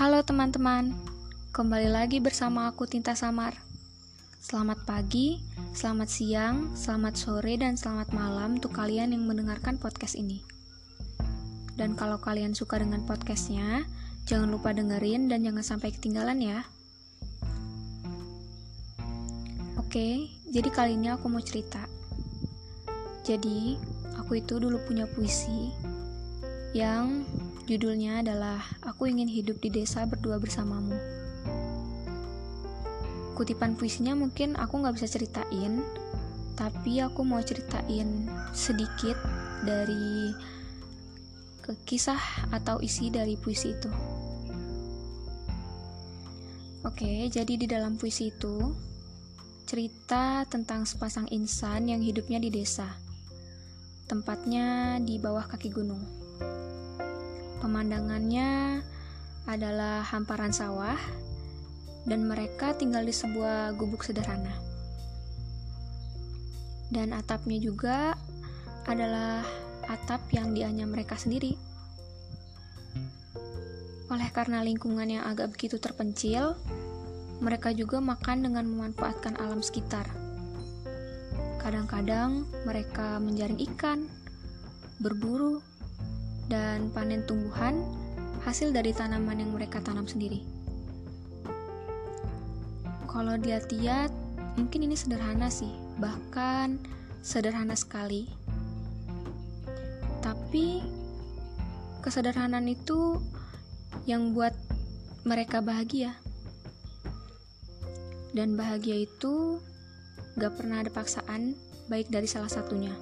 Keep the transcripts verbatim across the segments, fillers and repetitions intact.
Halo teman-teman, kembali lagi bersama aku Tinta Samar. Selamat pagi, selamat siang, selamat sore, dan selamat malam untuk kalian yang mendengarkan podcast ini. Dan kalau kalian suka dengan podcastnya, jangan lupa dengerin dan jangan sampai ketinggalan ya. Oke, jadi kali ini aku mau cerita. Jadi, aku itu dulu punya puisi yang judulnya adalah Aku Ingin Hidup di Desa Berdua Bersamamu. Kutipan puisinya mungkin aku gak bisa ceritain, tapi aku mau ceritain sedikit dari kisah atau isi dari puisi itu. Oke, jadi di dalam puisi itu cerita tentang sepasang insan yang hidupnya di desa, tempatnya di bawah kaki gunung. Pemandangannya adalah hamparan sawah dan mereka tinggal di sebuah gubuk sederhana. Dan atapnya juga adalah atap yang dianyam mereka sendiri. Oleh karena lingkungan yang agak begitu terpencil, mereka juga makan dengan memanfaatkan alam sekitar. Kadang-kadang mereka menjaring ikan, berburu, dan panen tumbuhan hasil dari tanaman yang mereka tanam sendiri. Kalau dilihat-lihat, mungkin ini sederhana sih, bahkan sederhana sekali. Tapi kesederhanaan itu yang buat mereka bahagia. Dan bahagia itu gak pernah ada paksaan, baik dari salah satunya.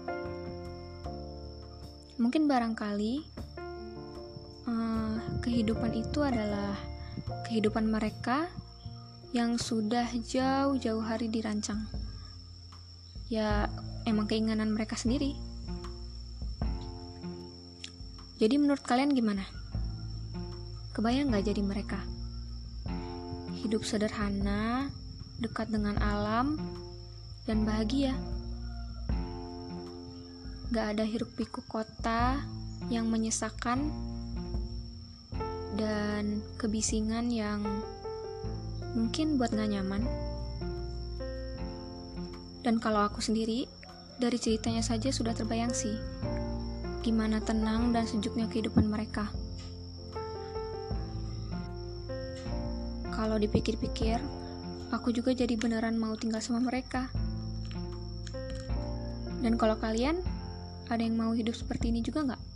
Mungkin barangkali uh, kehidupan itu adalah kehidupan mereka yang sudah jauh-jauh hari dirancang. Ya, emang keinginan mereka sendiri. Jadi menurut kalian gimana? Kebayang gak jadi mereka? Hidup sederhana, dekat dengan alam, dan bahagia. Gak ada hiruk-pikuk kota yang menyesakan dan kebisingan yang mungkin buat gak nyaman. Dan kalau aku sendiri, dari ceritanya saja sudah terbayang sih gimana tenang dan sejuknya kehidupan mereka. Kalau dipikir-pikir, aku juga jadi beneran mau tinggal sama mereka. Dan kalau kalian ada yang mau hidup seperti ini juga nggak?